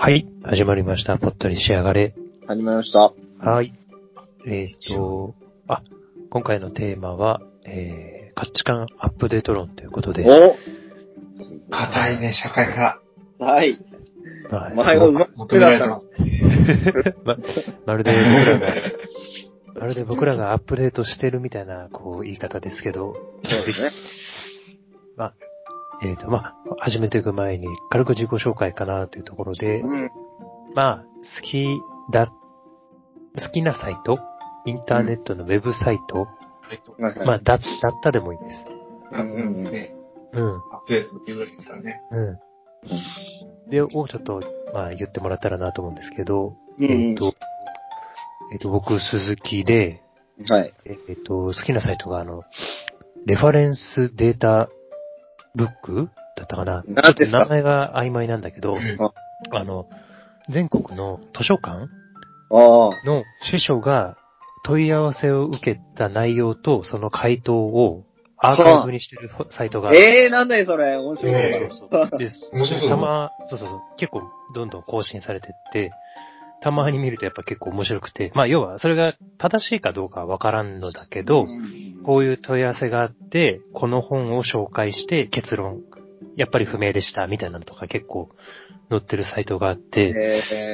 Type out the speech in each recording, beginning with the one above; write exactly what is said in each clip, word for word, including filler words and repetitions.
はい、始まりました。ぽっとり仕上がれ。 始まりました。 はい。えっと、あ、今回のテーマは、えー、価値観アップデート論ということで。 お硬いね、社会が。 はい。 まあ、 前がうまく求められてます。 ま、まるで僕らが、まるで僕らがアップデートしてるみたいな、こう、言い方ですけど。 そうですね。 まあ、えっと、まあ、始めていく前に、軽く自己紹介かなというところで、うん、まあ、好きだ、好きなサイト、インターネットのウェブサイト、うん、まあ、だ、だったでもいいです。 うんうんね。うん。アップデートっていうぐらいですからね。 うん。で、をちょっと、まあ、言ってもらったらなと思うんですけど、 うん、 えっと、えっと、僕、鈴木で、 はい。 えっと、好きなサイトが、あの、レファレンスデータブックだったかな。 何ですか？ 名前が曖昧なんだけど、あの、全国の図書館の司書が問い合わせを受けた内容とその回答をアーカイブにしてるサイトがある。 えー、なんだよそれ。面白い。 えー、そうそうです。面白い。たま、そうそうそう。結構どんどん更新されてって、たまに見るとやっぱ結構面白くて、まあ要はそれが正しいかどうかはわからんのだけど、こういう問い合わせがあって、この本を紹介して結論、やっぱり不明でしたみたいなのとか結構載ってるサイトがあって、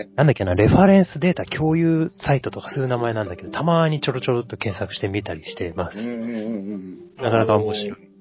なんだっけな、レファレンスデータ共有サイトとかそういう名前なんだけど、たまにちょろちょろっと検索してみたりしてます。なかなか面白い。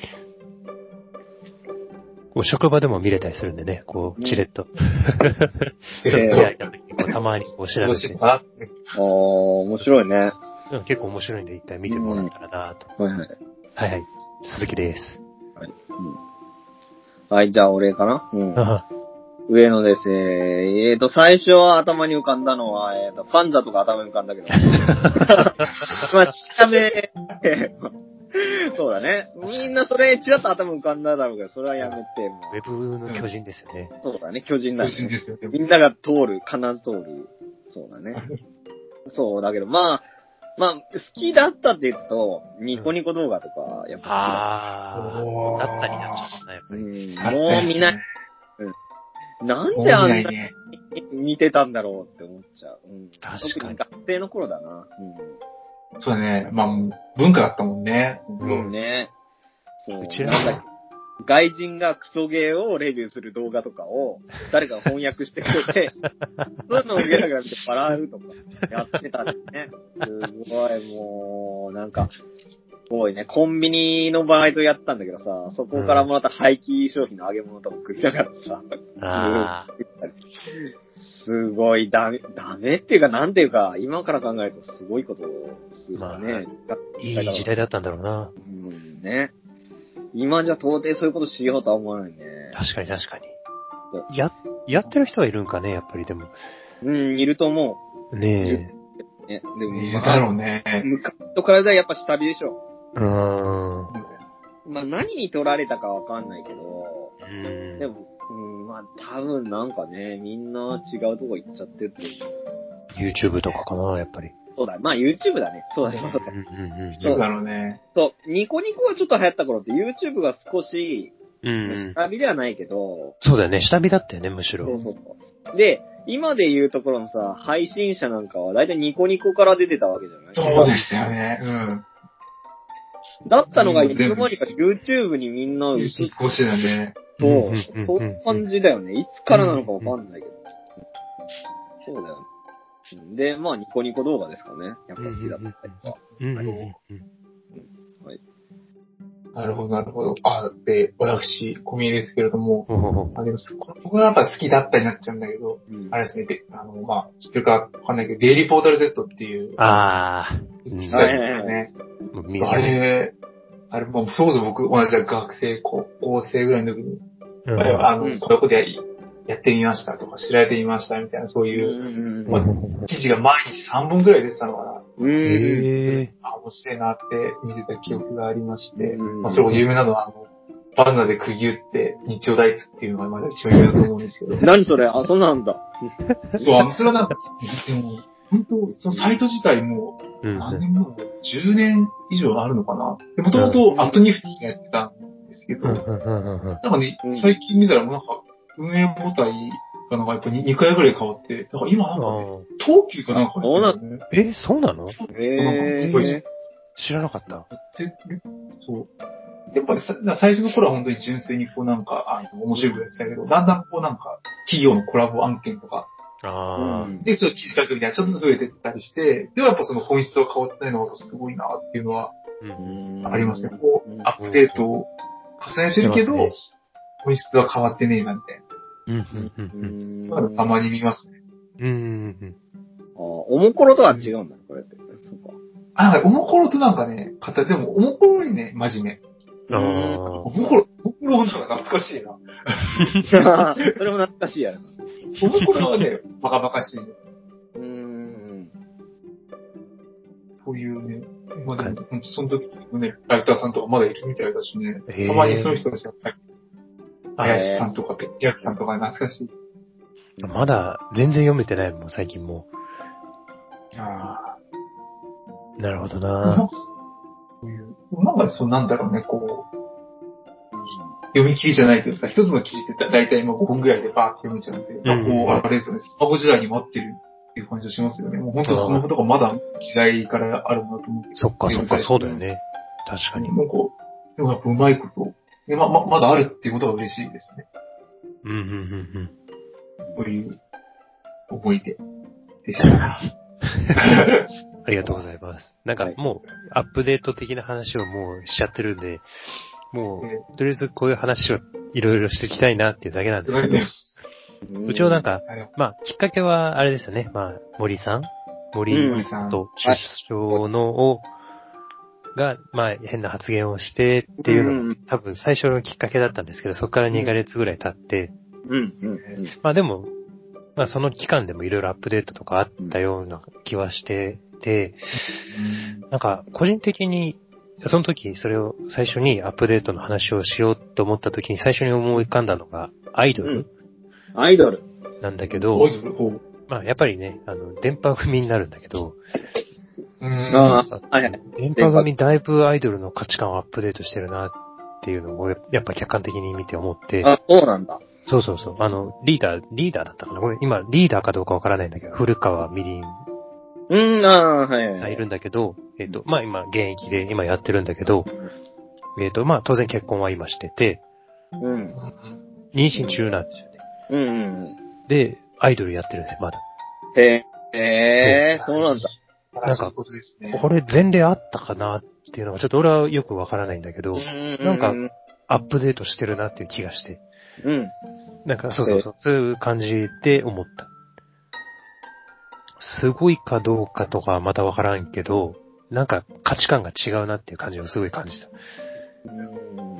こう職場でも見れたりするんでね、こう、チレッと。ちょっと開いた時にこうたまにこう調べて。 ああ、面白いね。 結構面白いんで一回見てもらったらなと、 うん。はいはい。 はいはい。鈴木です。 はい。うん、はい、じゃあ俺かな。うん。上野です。えーと、最初は頭に浮かんだのは、えーと、ファンザとか頭に浮かんだけど。まあ、ちめ、そうだね。みんなそれ、ちらっと頭浮かんだだろうけど、それはやめて。 ウェブの巨人ですよね。 そうだね、巨人だね。 巨人ですよね。 みんなが通る、必ず通る。そうだね。そうだけど、まあ、まあ、好きだったって言うと、ニコニコ動画とか、やっぱ好きだ。 あー、だったりなっちゃったな、やっぱり。 うん、もう見ない。うん、なんであんなに似てたんだろうって思っちゃう。うん、 確かに。 学生の頃だな。 うん、そうだね。まあ、文化だったもんね。 そうね。そう。 うちら外人がクソゲーをレビューする動画とかを誰か翻訳してくれて、そういうのをゲラゲラ見て笑うとかやってたんですね。すごいもう、なんか、すごいね。コンビニのバイトやったんだけどさ、そこからもらった廃棄商品の揚げ物とか食いながらさ、 あすごいダメ、ダメっていうかなんていうか、今から考えるとすごいことをするね。まあ、 いい時代だったんだろうな。 うんね。今じゃ到底そういうことしようとは思わないね。 確かに確かに。や、やってる人はいるんかね、やっぱりでも。 うん、いると思う。ねえ。ね、でも、 いるだろうね。 昔と体はやっぱ下火でしょ。 うーん。 まあ何に取られたかわかんないけど、 うん。 でも、うん、まあ多分なんかね、みんな違うとこ行っちゃってるっていう。 YouTube とかかな、やっぱり。 そうだ、まあ YouTube だね。そうだ、そうだ。 うんうんうん。そうだろうね。 そう、ニコニコがちょっと流行った頃って YouTube が少し、 うん。 下火ではないけど。 そうだよね、下火だったよね、むしろ。 そうそうそう。で、今で言うところのさ、配信者なんかはだいたいニコニコから出てたわけじゃない？ そうですよね、うん。 だったのがいつの間にか YouTube にみんな移行してたね。 そう、そういう感じだよね。いつからなのかわかんないけど。そうだよね。で、まあ、ニコニコ動画ですかね。やっぱ好きだったりとか。 はい。なるほど、なるほど。あ、で、私、小宮ですけれども、あでも僕はやっぱ好きだったになっちゃうんだけど、うん、あれですね、で、あの、まあ、知ってるかわかんないけど、デイリーポータル Z っていう。 ああ。 好きだったんですよね。あれ、あれ、もう、そうそう僕、同じ学生、高校生ぐらいの時に、うん、あの、こういうことやり、やってみましたとか、知られてみましたみたいな、そういう、まあ、記事が毎日さんぼんぐらい出てたのかな。 うん。 へあ、面白いなって見てた記憶がありまして、まあ、それも有名なのは、あの、バナナで釘打って日曜大工っていうのがまだ一番有名だと思うんですけど。 何それ？あ、そうなんだ。 そう、あの、それはなんか、でも、本当そのサイト自体も、何年も、じゅうねん以上あるのかな。もともとアットニフティがやってたんですけど、なんかね、最近見たらなんか、運営母体ががなんかやっぱにかいぐらい変わって、なんか今なんかね、東急かなんか、 ね、え、そうなの？ えー、 知らなかった。 そう。やっぱり最初の頃は本当に純粋にこうなんか、あの、面白いやってたけど、だんだんこうなんか、企業のコラボ案件とか、 あで、それ記事書くみたいなちょっとずつ増えてったりして、でもやっぱその本質は変わってないのがすごいなっていうのは、ありますね。こう、アップデートを重ねてるけど、本質は変わってねえなみたいな。 うん、うん、 うん。たまに見ますね。 うん、うん。 ああ、おもころとは違うんだ、これって。そうか。 あ、おもころとなんかね、方、でもおもころにね、真面目。ああ。 おもころ、おもころなんか懐かしいな。 それも懐かしいやろな。 おもころはね、バカバカしい。 うーん。 そういうね、まあでも、ほんとその時のね、ライターさんとかまだいるみたいだしね。たまにその人たちやっぱり、林さんとか、ペッティアクさんとか懐かしい。 まだ全然読めてないもん、最近もう。ああ。なるほどな。 そういう、なんかそうなんだろうね、こう、読み切りじゃないけどさ、一つの記事って大体今ごふんぐらいでバーって読めちゃうんで、うん、こう、あれですよね、スマホ時代に待ってるっていう感じがしますよね。もう本当スマホとかまだ時代からあるんだと思うけど。 そっかそっか、そうだよね。確かに。 なんか、でもやっぱうまいこと、でま、ま、まだあるっていうことが嬉しいですね。 うん、うん、うん、うん。 こういう思い出でしたな。 ありがとうございます。なんかもう、アップデート的な話をもうしちゃってるんで、もう、とりあえずこういう話をいろいろしていきたいなっていうだけなんですけど、うちもなんか、まあ、きっかけはあれですよね。まあ、森さん森さんと出生のを、が、まあ、変な発言をしてっていうのが、多分最初のきっかけだったんですけど、そこからにかげつぐらい経って、まあでも、まあその期間でもいろいろアップデートとかあったような気はしてて、なんか個人的に、その時それを最初にアップデートの話をしようと思った時に最初に思い浮かんだのがアイドル、うん、 アイドルなんだけど、まあやっぱりね、あの、電波組になるんだけど、 うんああ、はい。 電波組だいぶアイドルの価値観をアップデートしてるなっていうのをやっぱ客観的に見て思って。 あ、そうなんだ。 そうそうそう。あの、リーダー、リーダーだったかなこれ今、リーダーかどうかわからないんだけど、古川みりん。 うん、ああ、はい、はい。 いるんだけど、えっと、まあ今、現役で今やってるんだけど、えっと、まあ当然結婚は今してて、 うん。 妊娠中なんですよね。 うんうん。 で、アイドルやってるんですよ、まだ。 へえ、へえ、そうなんだ。 なんか、これ前例あったかなっていうのがちょっと俺はよくわからないんだけど、なんか、アップデートしてるなっていう気がして。 うん。 なんか、そうそうそう、そういう感じで思った。すごいかどうかとかはまたわからんけど、なんか価値観が違うなっていう感じをすごい感じた。うんうんうん。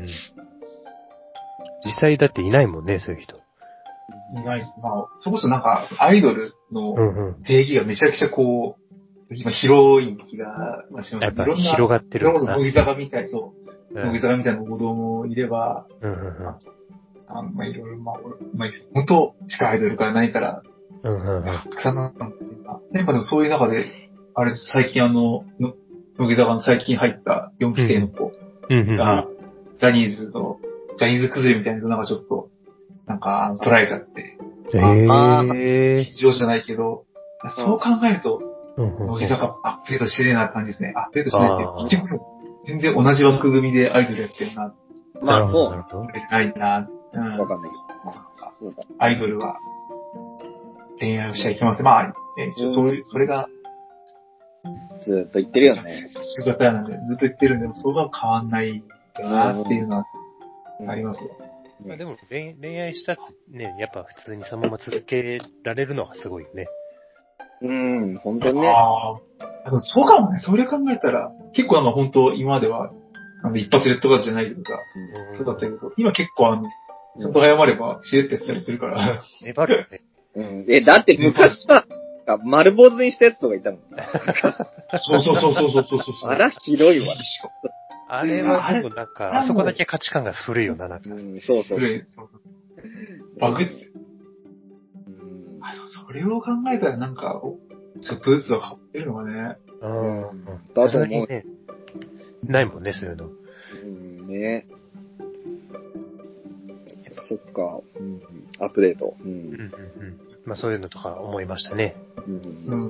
実際だっていないもんね、そういう人。 いないです。まあ、そこそなんか、アイドルの定義がめちゃくちゃこう、今広い気がします。 やっぱ広がってるんだな。 乃木坂みたい、そう。乃木坂みたいな子供もいれば、 うんうんうん、 あまあいろいろ、まあ、まあ、本当、地下アイドルから何から、 うんうんうん、 たくさんなんていうか、やっぱでもそういう中で、あれ、最近あの、乃木坂の最近入ったよんき生の子が、ジャニーズの、ジャニーズ崩れみたいなのなんかちょっと、なんか捉えちゃって、 えー、 異常じゃないけど、そう考えると、乃木坂アップデートしてるな感じですね。アップデートしないって、結局、全然同じ枠組みでアイドルやってるな。 まあそう。なるほど。ないな。 うん。わかんないけど。アイドルは恋愛をしちゃいけません。まあ、えー、そういう、それが、 ずっと言ってるよね。 仕事なんで、ずっと言ってるんで、そこは変わんないなっていうのはありますよ。 まあでも恋、恋愛したってね、やっぱ普通にそのまま続けられるのはすごいよね。 うん、本当にね。 ああ。そうかもね。それ考えたら、結構あの、本当今までは、なんで一発レッドカードじゃないけどさ、うん、そうだったけど、今結構あの、ちゃんと早まれば、しれってやったりするから。 粘るよね。 うん。え、だって昔さ、丸坊主にしたやつとかいたもん。 そうそうそうそうそうそうそう。 あら、ひどいわ。 あれはでもなんか、あそこだけ価値観が古いよな、なんか。 うん、そうそう。 古い。バグって。それを考えたらなんか、ちょっとずつは変わってるのがね。 うん。だと思う。ね、ないもんね、そういうの。 うん、ね。 そっか。うん、アップデート。うん。うんうんうん。 まあそういうのとか思いましたね。うん。 うん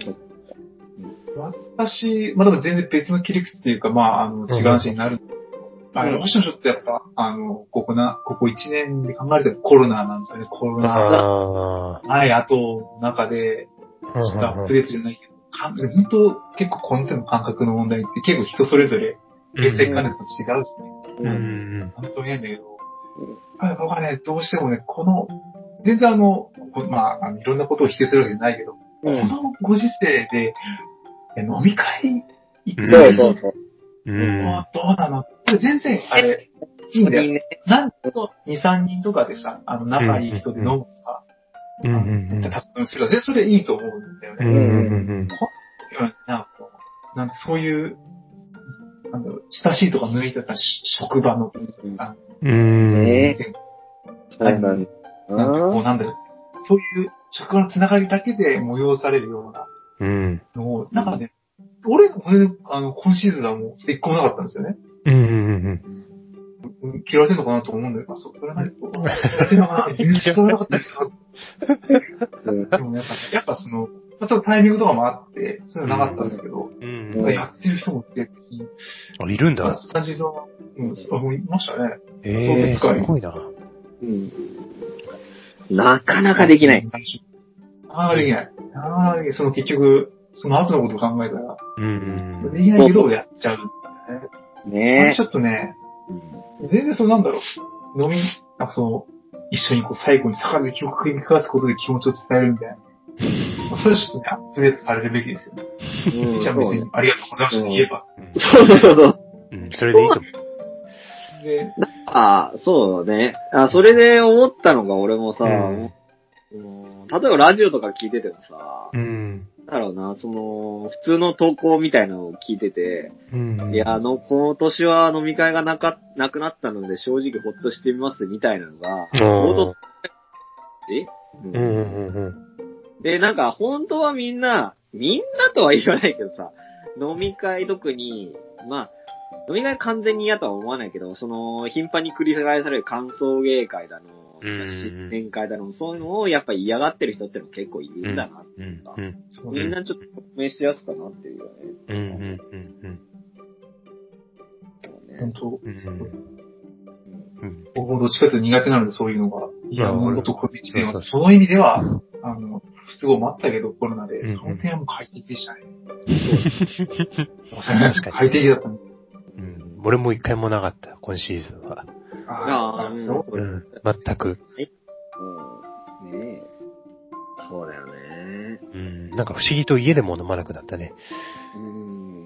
私、まあ、でも全然別の切り口っていうか、まあ、あの、違う話になる。うん、あの、私もちょっとやっぱ、あの、ここな、ここいちねんで考えるとコロナなんですよね、コロナが。はい、あと、中で、ちょっとアップデートじゃないけど、本当、結構この手の感覚の問題って結構人それぞれ、平成観念と違うしね。うん。本当に変だけど、うん、僕はね、どうしてもね、この、全然あの、まあ、あのいろんなことを否定するわけじゃないけど、うん、このご時世で、飲み会行く。 そうそうそう。 うん。どうなの？全然、あれ、いいんだよ。なんと、に、さんにんとかでさ、あの、仲いい人で飲むとか、うん。うん。多分それは、全然それいいと思うんだよね。うん。うん。なんか、なんてそういう、なんだろう、親しいとか抜いてた職場の、あうん。 ねえ。そうなんだ。 なんかこう、なんだろう、そういう職場のつながりだけで催されるような、 うん。 のなんかね、俺、あの、今シーズンはもう一個もなかったんですよね。 うんうんうん。嫌われてるのかなと思うんだけど、そう、それはないと。嫌われてるのかな全然嫌われなかったけど。でもやっぱ、やっぱその、ちょっとタイミングとかもあって、そういうのなかったんですけど、うんうん、やってる人もいて、別に。 あ、いるんだ。 同じの、うん、あ、もういましたね。 ええー、すごいな。 うん。なかなかできない。 ああ、できない。ああ、その結局、その後のことを考えたら、 うん。 できないけどやっちゃう。 ねえ。 ちょっとね、全然そうなんだろう。飲み、なんかその、一緒にこう最後に杯を組み交わすことで気持ちを伝えるみたいな。それはちょっとね、アップデートされるべきですよね。うん。じゃあ別にありがとうございましたって言えば。 そうそうそう。 うん、それでいいと思う。 で、ああ、そうだね。あ、それで思ったのが俺もさ、うんうん、例えばラジオとか聞いててもさ、 うん、 だろうな、その、普通の投稿みたいなのを聞いてて、うんうん、いや、あの、今年は飲み会がなか、なくなったので正直ほっとしてみますみたいなのが、報道え、うんうんうんうん、で、なんか本当はみんな、みんなとは言わないけどさ、飲み会特に、まあ、飲み会完全に嫌とは思わないけど、その、頻繁に繰り返される歓送迎会だの、新年会だの、そういうのをやっぱり嫌がってる人っての結構いるんだなっていうか、うんうん、みんなちょっと匿名してやつかなっていうよね。うんうんうんうん。 本当、僕もどっちかというと苦手なのでそういうのが。いや、もう男いちねんは、その意味では、あの、不都合もあったけど、コロナで、うんうん、その点はもう快適でしたね。快適だったね。 うん、俺も一回もなかった、今シーズンは。 ああ、そう、 うん、全く。 うん、ねえ。そうだよね。 うん、なんか不思議と家でも飲まなくなったね。 うん。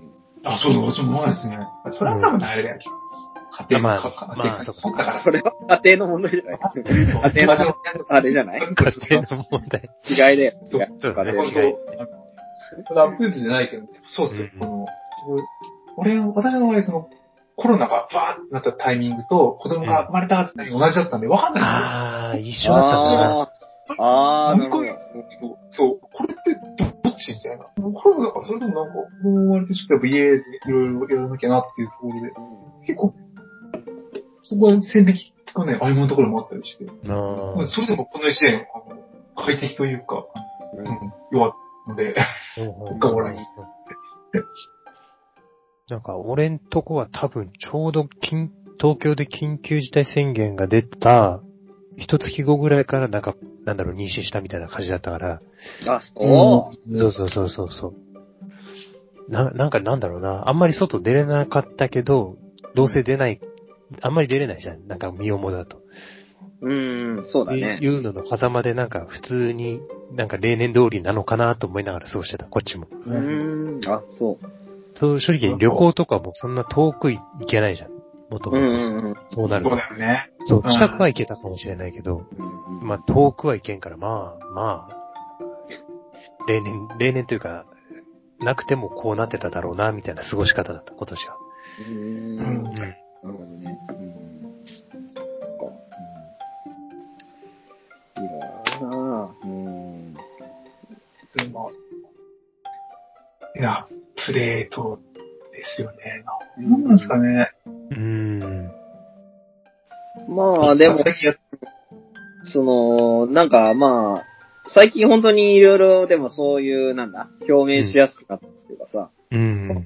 あ、そうそう、私も飲まないですね。それは多分あれだよ。家庭の、 まあ、まあ、そっか。それは家庭の問題じゃない家庭の、あれじゃない家庭の問題。 違いで。 そう、そうだね。違い。 これアップデートじゃないけど、そうですよ。この、俺、私の場合、その、コロナがバーってなったタイミングと、子供が生まれたってタイミング同じだったんで、わかんないんですよ。 ああ、一緒だったんだな。 ああ、なるほど。 そう、これってどっちみたいな。コロナだから、それともなんか、子供生まれてちょっとやっぱ家でいろいろやらなきゃなっていうところで、結構、そこは線引きがね、曖昧なところもあったりして。それでもこの一年、あの、快適というか、うん、弱ったので、他おらない。 なんか、俺んとこは多分、ちょうど、東京で緊急事態宣言が出た、一月後ぐらいからなんか、なんだろう、妊娠したみたいな感じだったから。 あ、そう、 うん、そうそうそうそうそう。な、なんかなんだろうな、あんまり外出れなかったけど、どうせ出ない、あんまり出れないじゃん。なんか身重だと。 うーん、そうだね。 いうのの狭間でなんか普通に、なんか例年通りなのかなと思いながら過ごしてた、こっちも。 うーん、あ、そう。 そう、正直旅行とかもそんな遠く行けないじゃん。もともと。そうなる。 そうだよね。 そう、近くは行けたかもしれないけど、うん、まあ遠くは行けんから、まあ、まあ、例年、例年というか、なくてもこうなってただろうな、みたいな過ごし方だった、今年は。 うーん。うん。なるほどね。うん。いいなぁ。うん。 でも、いや、プレートですよね。何なんですかね。 うーん。 まあ、でも、 その、なんかまあ、最近本当にいろいろでもそういう、なんだ、表明しやすくなったっていうかさ、 うん。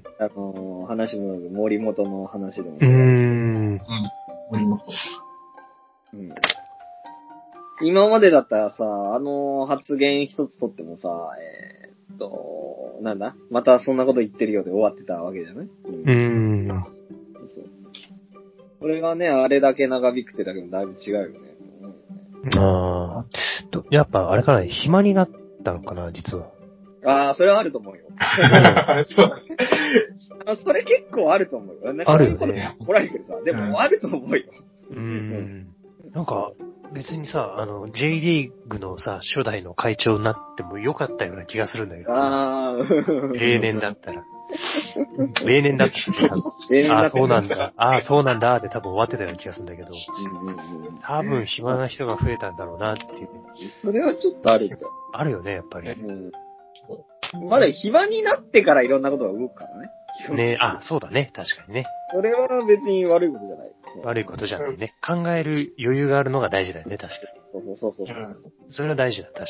あの、話も森本の話でも。 うーん。 森本。 うん。今までだったらさ、あの発言一つとってもさ、えー、っと、なんだまたそんなこと言ってるようで終わってたわけじゃない？うん。 うーん。 そう。これがね、あれだけ長引くってだけでもだいぶ違うよね。 ああ。やっぱあれかな、暇になったのかな、実は。 ああ、それはあると思うよ。 そうあそれ結構あると思うよ。 あるよね。 怒られてるさ。でも、あると思うよ。 うーん。なんか、別にさ、あの、J リーグのさ、初代の会長になってもよかったような気がするんだけど。 ああ。 例年だったら。例年だったら。ああ、そうなんだ。ああ、そうなんだ。で多分終わってたような気がするんだけど。多分暇な人が増えたんだろうなっていう。 それはちょっとあるんだよ。 あるよね、やっぱり。 うんまだ暇になってからいろんなことが動くからね。 ねあ、そうだね。確かにね。 それは別に悪いことじゃない。 悪いことじゃないね。考える余裕があるのが大事だよね、確かに。 そうそうそうそう。 それは大事だ、確か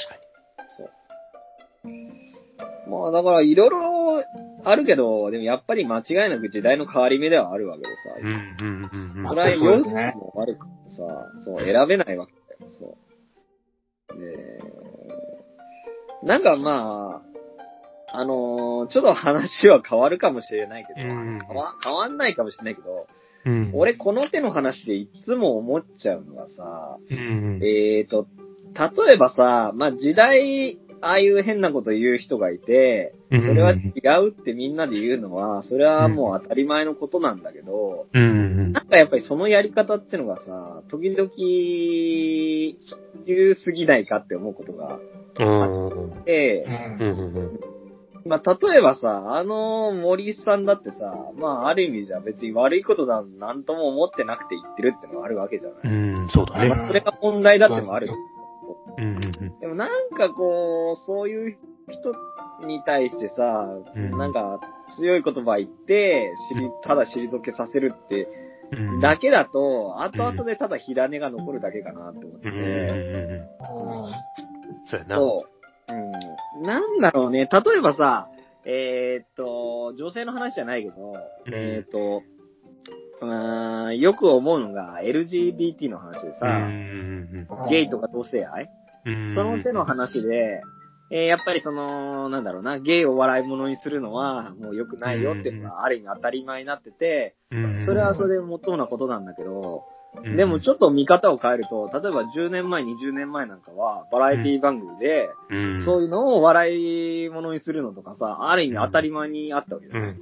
に。そう。まあだからいろいろあるけど、でもやっぱり間違いなく時代の変わり目ではあるわけでさ。 うんうんうんうん。 それは良くも悪くもさ、そう、選べないわけだよ。そう。で、なんかまあ、あのー、ちょっと話は変わるかもしれないけど、うん、変わ、変わんないかもしれないけど、うん、俺この手の話でいつも思っちゃうのがさ、うん、えーと、例えばさ、まあ、時代、ああいう変なこと言う人がいて、それは違うってみんなで言うのは、それはもう当たり前のことなんだけど、うん、なんかやっぱりそのやり方ってのがさ、時々、急すぎないかって思うことがあって、うんまあ、例えばさ、あの森さんだってさ、まあ、ある意味じゃ別に悪いことだなんとも思ってなくて言ってるってのがあるわけじゃない。 うん、そうだね。 まあ、それが問題だってのもある。 うんうんうん、 でもなんかこう、そういう人に対してさ、うん、なんか強い言葉言って、ただ退けさせるって、だけだと、後々でただ火種が残るだけかなって思って。うんうんうん、 そうやな。 そううん、なんだろうね。例えばさ、えー、っと、女性の話じゃないけど、うん、えー、っと、うよく思うのが エルジービーティー の話でさ、うんゲイとか同性愛、うん、その手の話で、えー、やっぱりその、なんだろうな、ゲイを笑い物にするのはもう良くないよっていうのがある意味当たり前になってて、それはそれでもっともなことなんだけど、でもちょっと見方を変えると、例えばじゅうねんまえ、にじゅうねんまえなんかは、バラエティ番組で、うん、そういうのを笑い物にするのとかさ、ある意味当たり前にあったわけだよね。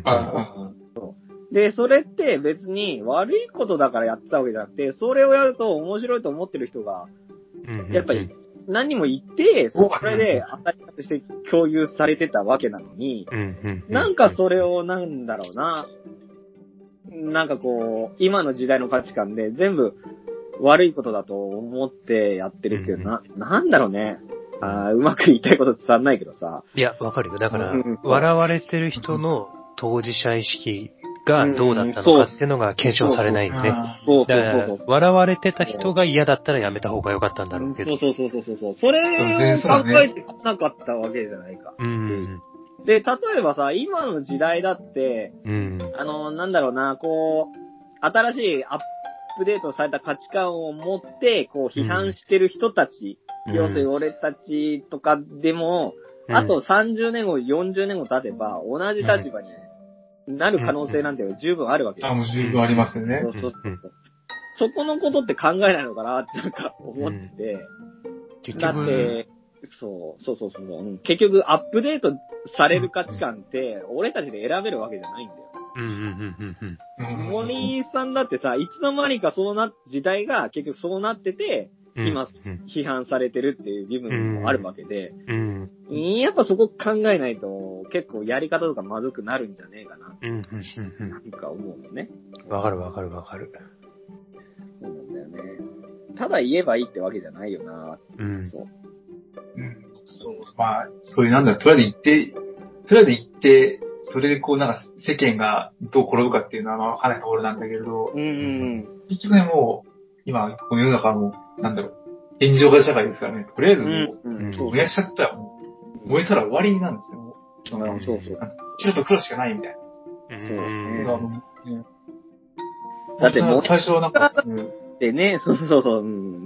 で、それって別に悪いことだからやってたわけじゃなくて、それをやると面白いと思ってる人が、やっぱり何も言って、それで当たり前として共有されてたわけなのに、なんかそれをなんだろうな、なんかこう、今の時代の価値観で全部悪いことだと思ってやってるっていうのは、うん、な、なんだろうね。あうまく言いたいこと伝わんないけどさ。 いや、わかるよ。だから、うん、笑われてる人の当事者意識がどうだったのかっていうのが検証されないよね。 そうそうそう。笑われてた人が嫌だったらやめた方が良かったんだろうけど。 そうそうそうそうそう。それを考えてこなかったわけじゃないか。うん。で、例えばさ、今の時代だって、うん、あの、なんだろうな、こう、新しいアップデートされた価値観を持って、こう、批判してる人たち、うん、要するに俺たちとかでも、うん、あとさんじゅうねんご、よんじゅうねんご経てば、同じ立場になる可能性なんて十分あるわけです、うん、あ、もう十分ありますよね。 そうそうそう。そこのことって考えないのかなってなんか思ってて、うん、だって、そう、そうそうそう、うん。結局、アップデートされる価値観って、俺たちで選べるわけじゃないんだよ。うんうんうんうん。森さんだってさ、いつの間にかそのな、時代が結局そうなってて、今、批判されてるっていう部分もあるわけで、うんうん、やっぱそこ考えないと、結構やり方とかまずくなるんじゃねえかな。うんうんうん。なんか思うのね。 わかるわかるわかる。 そうなんだよね。ただ言えばいいってわけじゃないよな。うん。そう。 うん、そう、まあ、そういうなんだろう、とりあえず言って、とりあえず言って、それでこうなんか世間がどう転ぶかっていうのはまあわからないところなんだけれど、うんうん、結局ね、もう、今、この世の中も、なんだろう、 炎上型社会ですからね。とりあえずもう、 うんうん、 燃やしちゃったらもう、燃えたら終わりなんですよ。 そうそうそう。 白と黒しかないみたいな。 そうね。 だってもう最初はなんか、 でね、そうそうそう、うん、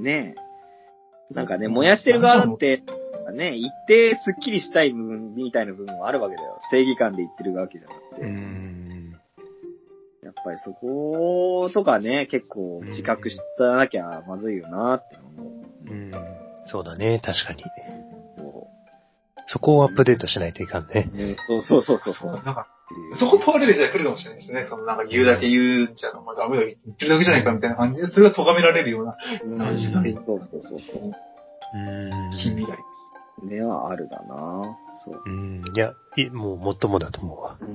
ね。なんかね、燃やしてる側だって、ね、一定スッキリしたい部分みたいな部分もあるわけだよ。正義感で言ってるわけじゃなくて。うんやっぱりそことかね、結構自覚したなきゃまずいよなって思う。 うん、そうだね、確かに。そこをアップデートしないといかんね。 ねそうそうそうそう。そうなんかそこ問われる時代来るかもしれないですね。そのなんか言うだけ言うんじゃ、まあダメだ、言ってるだけじゃないかみたいな感じで、それが咎められるような時代。 そうそうそうそう。 うん。近未来です。 ねはあるだなそう。 うん。いや、いもう、もっともだと思うわ。 うん。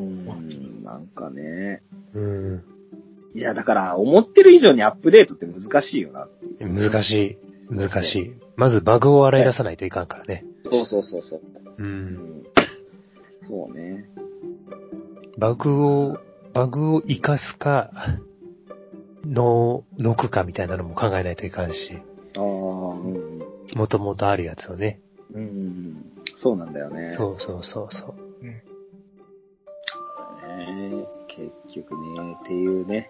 なんかね。 うん。 いや、だから、思ってる以上にアップデートって難しいよなっていう。 難しい。難しい。まずバグを洗い出さないといかんからね。 そうそうそうそう。 うん。 そうね。 バグを、バグを活かすか、の、のくかみたいなのも考えないといかんし。 ああ、うん。 もともとあるやつをね。 うん。そうなんだよね。 そうそうそうそう。うん。 ね、結局ね、っていうね。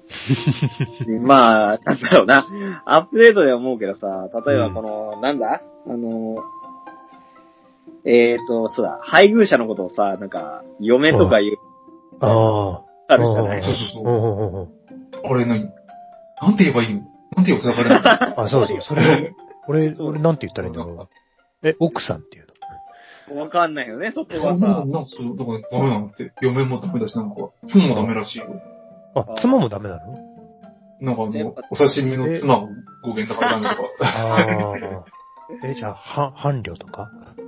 まあ、なんだろうな。アップデートで思うけどさ、例えばこの、うん、なんだあの、えーと、そうだ、配偶者のことをさ、なんか、嫁とか言う。 ああ。あるじゃない。 そうそうそう。これ何なんて言えばいいのなんて言えばだからあ、そうそう。それ、俺、俺なんて言ったらいいんだろう。え、奥さんっていうのわかんないよね、そこはさ。 なんか、そう、だからダメなのって。嫁もダメだし、なんか、妻もダメらしいよ。 あ、妻もダメなのなんかあの、お刺身の妻を語源だからダメとか。ああ。え、じゃあ、は、伴侶とか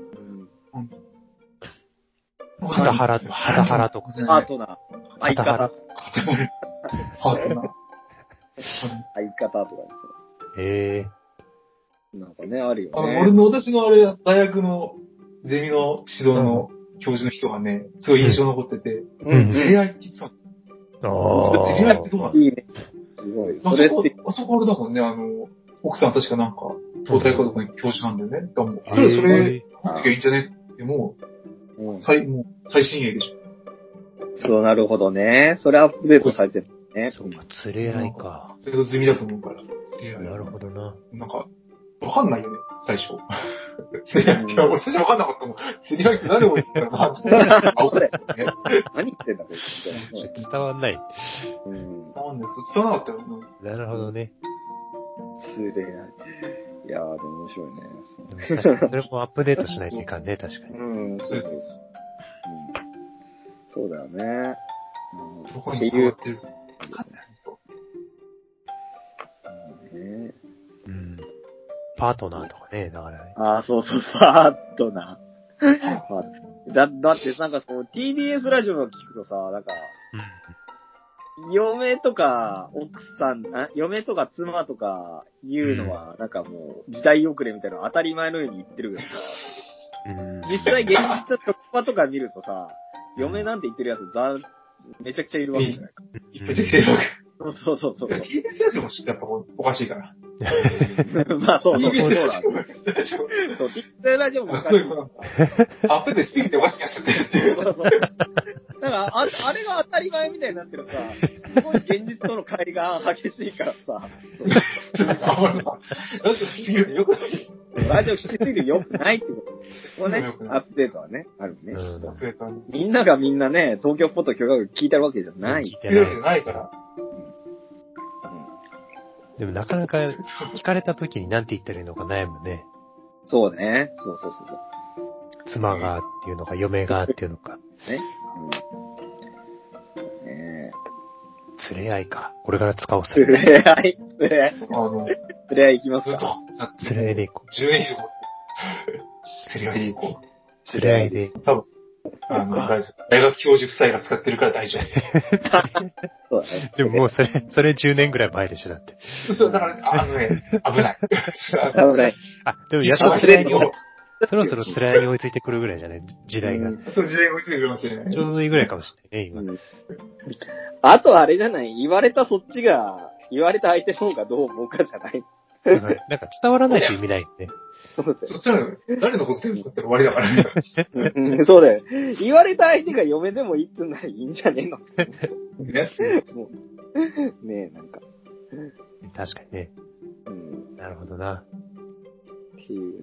肌腹、肌腹とか。 パートナー。相方。 パートナー。 相方とかですへえ。なんかね、あるよね。 あの、俺の、私のあれ、大学のゼミの指導の教授の人がね、すごい印象残ってて、うん。釣り合いって言ってた。ああ。釣り合いってどうなの？いいね。すごい。それって。あそこあれだもんね、あの、奥さん確かなんか、東大かどこかに教授なんだよね。だもん、あれ、それ、持つきゃいいんじゃねってもう、うん、最、もう、最新鋭でしょ。 そう、なるほどね。それアップデートされてるね。 そうか、釣れ合いか。 それと済みだと思うから。釣り合い。 なるほどな。 なんか、わかんないよね、最初。釣り合いって、俺最初わかんなかったもん。釣り合いって何でも言ったらなって。あ、それ。何言ってんだ、これ。 伝わんない。 うん。 伝わんない。伝わんなかったよ。 なるほどね。 釣れ合い。いやー、でも面白いね。 確かにそれもアップデートしないといかんね、確かに。 うん、そうです。うん。そうだよね。 うん。そこに変わってる。わかんない。 ね、 うん。パートナーとかね、だから、ね。 ああ、そうそう、パートナー。だ、だってなんかその ティービーエス ラジオの聞くとさ、なんか、うん、嫁とか奥さんあ、嫁とか妻とか言うのは、なんかもう時代遅れみたいなの当たり前のように言ってるけどさ、うん、実際現実の職場とか見るとさ、嫁なんて言ってるやつざ、めちゃくちゃいるわけじゃないか。 めちゃくちゃいるわけ。 そうそうそうそう。 ティービーエス ラジオもやっぱおかしいから。 まあそうそうそうだ。そう、ティービーエス ラジオもおかしい。 アップでスピークでおかしくなっちゃってるっていう。そうそう。 だからあ、あれが当たり前みたいになってるさ、すごい現実との乖離が激しいからさ。 ラジオ聞きすぎるとよくない。 ラジオ聞きすぎるとよくないってこと。これね、アップデートはね、あるね。みんながみんなね、東京ポッド許可局聞いてるわけじゃない。 聞いてるわけじゃないから。 でもなかなか聞かれた時に何て言ったらいいのか悩むね。 そうね。そうそうそう。 妻がっていうのか、嫁がっていうのか。 ね。 うん、ね釣れ合いか。これから使おうそれ。釣れ合い釣れ合い。 あの、 釣れ合い行きますか。 釣れ合いで行こう。 じゅうねん以上。釣り合いで行こう。釣り合いで。 多分。あの、大学教授夫妻が使ってるから大丈夫。 そうだね。 でももうそれ、それじゅうねんぐらい前でしょ、だって。 そう、だから、あのね、危ない。 危ない。 あ、でもやっと釣り合いに、そろそろ釣り合いに追いついてくるぐらいじゃない時代が。 そう、時代が追いついてくるかもしれない。 ちょうどいいぐらいかもしれないね、今。うん、 あとあれじゃない言われたそっちが、言われた相手の方がどう思うかじゃないだからなんか伝わらないと意味ないよね。 そうだよ。 そしたら、誰のこと言って終わりだからね。 うん、そうだよ。言われた相手が嫁でもいいってんならいいんじゃねえの。 ね。 もうねえ、なんか。 確かにね。 うん。 なるほどな。 っていう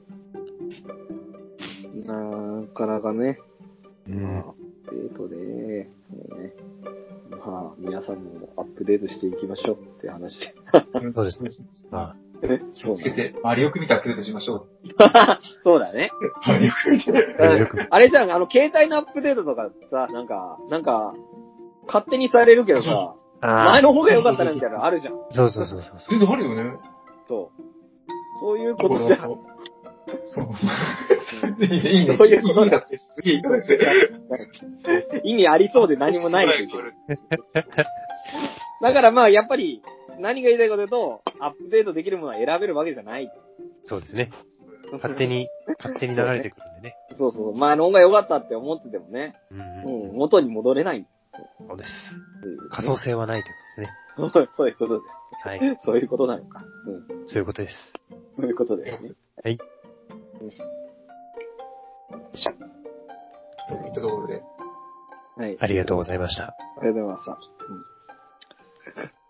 ね。なかなかね。 うん。 まあ、アップデートで、もうね。まあ、皆さんもアップデートしていきましょうって話で。 そうですね。まあ。 気をつけて、周りよく見てアップデートしましょう。 そうだね。 周りよく見て。 あれじゃん、あの、携帯のアップデートとかさ、なんか、なんか、勝手にされるけどさ、前の方が良かったなみたいなのあるじゃん。 そうそうそうそう。 全然あるよね。 そう。そういうことじゃん。 そう。いいね、いいね。そういうことだって、すげえいいことですよ。 意味ありそうで何もないって言ってる。だからまあ、やっぱり、何が言いたいかというと、アップデートできるものは選べるわけじゃない。 そうですね。勝手に、勝手に流れてくるんでね。 そうそう。前の方が良かったって思っててもね。 うん、 うん。元に戻れない。 そうです。仮想性はないということですね。そういうことです。 はい。 そういうことなのか。 うん。そういうことです。 そういうことですね。 はい。 といったところで。 はい。 ありがとうございました。 ありがとうございました。うん